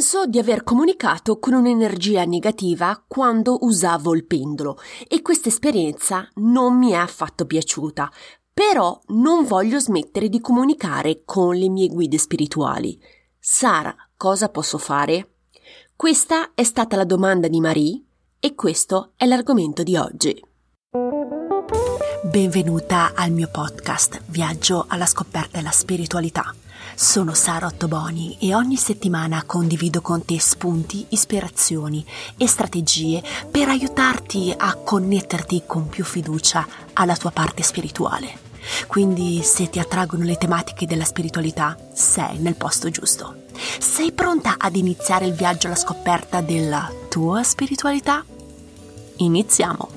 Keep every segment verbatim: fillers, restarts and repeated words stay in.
Penso di aver comunicato con un'energia negativa quando usavo il pendolo e questa esperienza non mi è affatto piaciuta, però non voglio smettere di comunicare con le mie guide spirituali. Sara, cosa posso fare? Questa è stata la domanda di Marie e questo è l'argomento di oggi. Benvenuta al mio podcast Viaggio alla scoperta della spiritualità. Sono Sara Ottoboni e ogni settimana condivido con te spunti, ispirazioni e strategie per aiutarti a connetterti con più fiducia alla tua parte spirituale. Quindi se ti attraggono le tematiche della spiritualità, sei nel posto giusto. Sei pronta ad iniziare il viaggio alla scoperta della tua spiritualità? Iniziamo!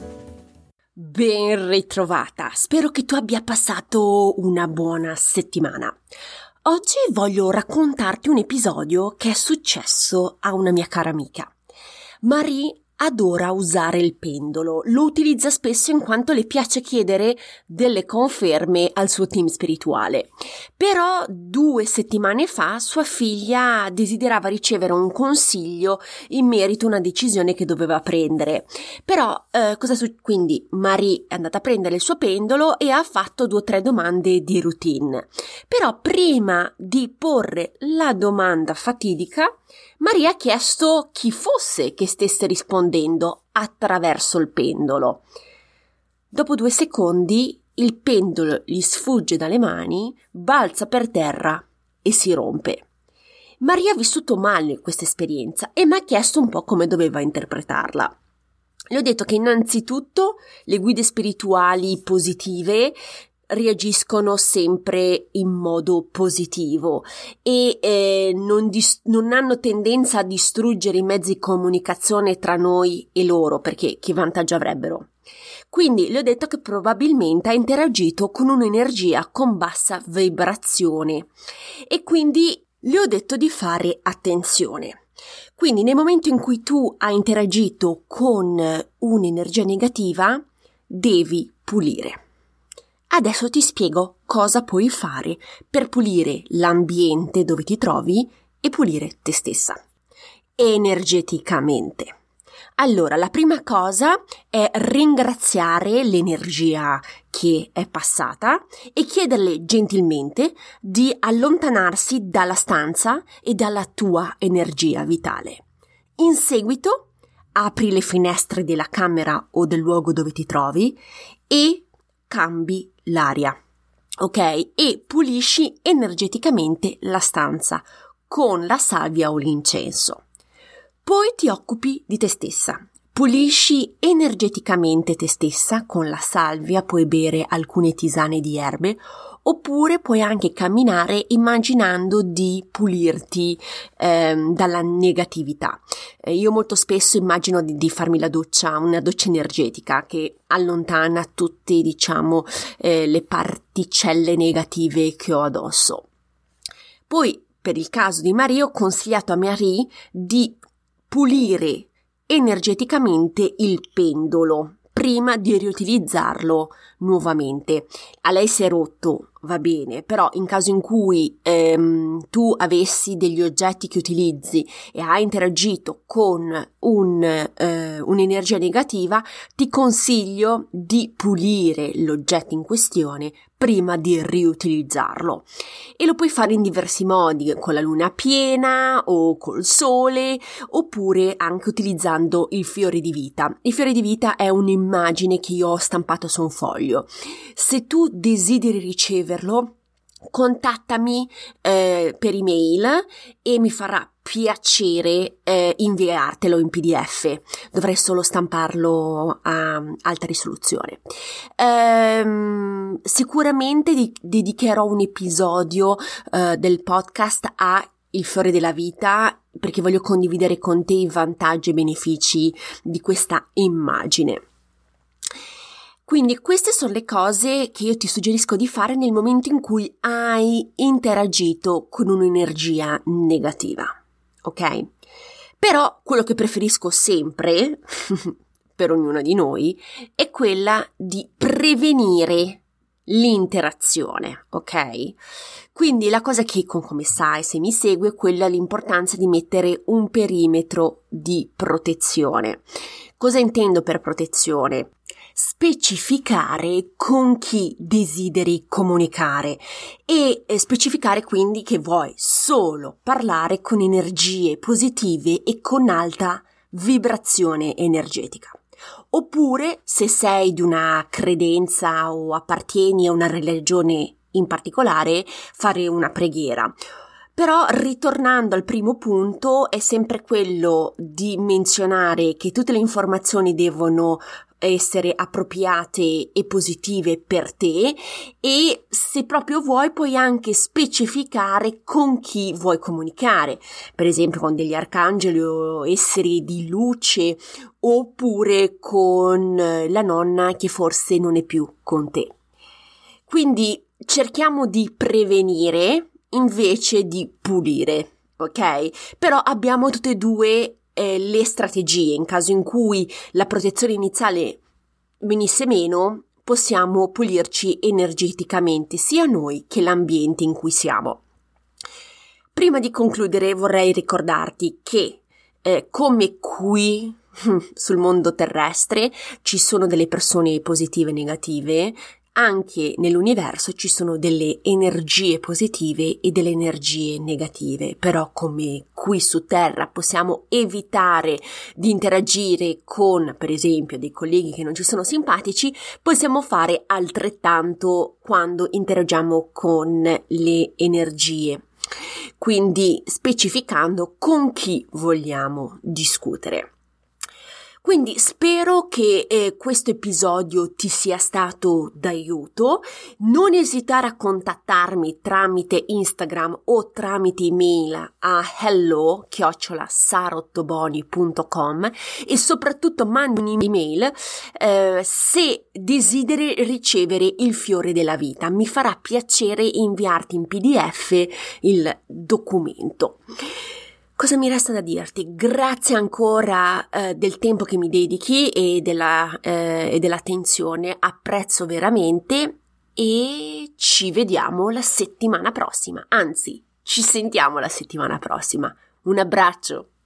Ben ritrovata, spero che tu abbia passato una buona settimana. Oggi voglio raccontarti un episodio che è successo a una mia cara amica. Marie adora usare il pendolo, lo utilizza spesso in quanto le piace chiedere delle conferme al suo team spirituale. Però due settimane fa sua figlia desiderava ricevere un consiglio in merito a una decisione che doveva prendere. Però eh, cosa su- quindi Marie è andata a prendere il suo pendolo e ha fatto due o tre domande di routine. Però prima di porre la domanda fatidica, Marie ha chiesto chi fosse che stesse rispondendo attraverso il pendolo. Dopo due secondi il pendolo gli sfugge dalle mani, balza per terra e si rompe. Marie ha vissuto male questa esperienza e mi ha chiesto un po' come doveva interpretarla. Le ho detto che innanzitutto le guide spirituali positive reagiscono sempre in modo positivo e eh, non, dis- non hanno tendenza a distruggere i mezzi di comunicazione tra noi e loro, perché che vantaggio avrebbero? Quindi le ho detto che probabilmente ha interagito con un'energia con bassa vibrazione e quindi le ho detto di fare attenzione. Quindi nel momento in cui tu hai interagito con un'energia negativa, devi pulire. Adesso ti spiego cosa puoi fare per pulire l'ambiente dove ti trovi e pulire te stessa energeticamente. Allora, la prima cosa è ringraziare l'energia che è passata e chiederle gentilmente di allontanarsi dalla stanza e dalla tua energia vitale. In seguito, apri le finestre della camera o del luogo dove ti trovi e cambi l'aria, ok? E pulisci energeticamente la stanza con la salvia o l'incenso. Poi ti occupi di te stessa. Pulisci energeticamente te stessa con la salvia, puoi bere alcune tisane di erbe oppure puoi anche camminare immaginando di pulirti ehm, dalla negatività. Eh, io molto spesso immagino di, di farmi la doccia, una doccia energetica che allontana tutte, diciamo, eh, le particelle negative che ho addosso. Poi, per il caso di Marie, ho consigliato a Marie di pulire energeticamente il pendolo prima di riutilizzarlo nuovamente. A lei si è rotto, va bene, però in caso in cui ehm, tu avessi degli oggetti che utilizzi e hai interagito con un, eh, un'energia negativa, ti consiglio di pulire l'oggetto in questione prima di riutilizzarlo. E lo puoi fare in diversi modi, con la luna piena o col sole, oppure anche utilizzando il fiore di vita. Il fiore di vita è un'immagine che io ho stampato su un foglio. Se tu desideri riceverlo, contattami eh, per email e mi farà piacere eh, inviartelo in P D F. Dovrei solo stamparlo a alta risoluzione. Ehm, sicuramente di- dedicherò un episodio eh, del podcast a il fiore della vita, perché voglio condividere con te i vantaggi e benefici di questa immagine. Quindi queste sono le cose che io ti suggerisco di fare nel momento in cui hai interagito con un'energia negativa, ok? Però quello che preferisco sempre, per ognuno di noi, è quella di prevenire l'interazione, ok? Quindi la cosa che, come sai, se mi segue, è quella l'importanza di mettere un perimetro di protezione. Cosa intendo per protezione? Specificare con chi desideri comunicare e specificare quindi che vuoi solo parlare con energie positive e con alta vibrazione energetica. Oppure, se sei di una credenza o appartieni a una religione in particolare, fare una preghiera. Però, ritornando al primo punto, è sempre quello di menzionare che tutte le informazioni devono essere appropriate e positive per te, e se proprio vuoi puoi anche specificare con chi vuoi comunicare, per esempio con degli arcangeli o esseri di luce, oppure con la nonna che forse non è più con te. Quindi cerchiamo di prevenire invece di pulire, ok? Però abbiamo tutte e due eh, le strategie. In caso in cui la protezione iniziale venisse meno, possiamo pulirci energeticamente, sia noi che l'ambiente in cui siamo. Prima di concludere vorrei ricordarti che eh, come qui sul mondo terrestre ci sono delle persone positive e negative, anche nell'universo ci sono delle energie positive e delle energie negative, però come qui su Terra possiamo evitare di interagire con, per esempio, dei colleghi che non ci sono simpatici, possiamo fare altrettanto quando interagiamo con le energie, quindi specificando con chi vogliamo discutere. Quindi spero che eh, questo episodio ti sia stato d'aiuto. Non esitare a contattarmi tramite Instagram o tramite email a hello chiocciola sarottoboni punto com e soprattutto mandi un'email eh, se desideri ricevere il fiore della vita. Mi farà piacere inviarti in P D F il documento. Cosa mi resta da dirti? Grazie ancora eh, del tempo che mi dedichi e, della, eh, e dell'attenzione, apprezzo veramente, e ci vediamo la settimana prossima, anzi ci sentiamo la settimana prossima. Un abbraccio!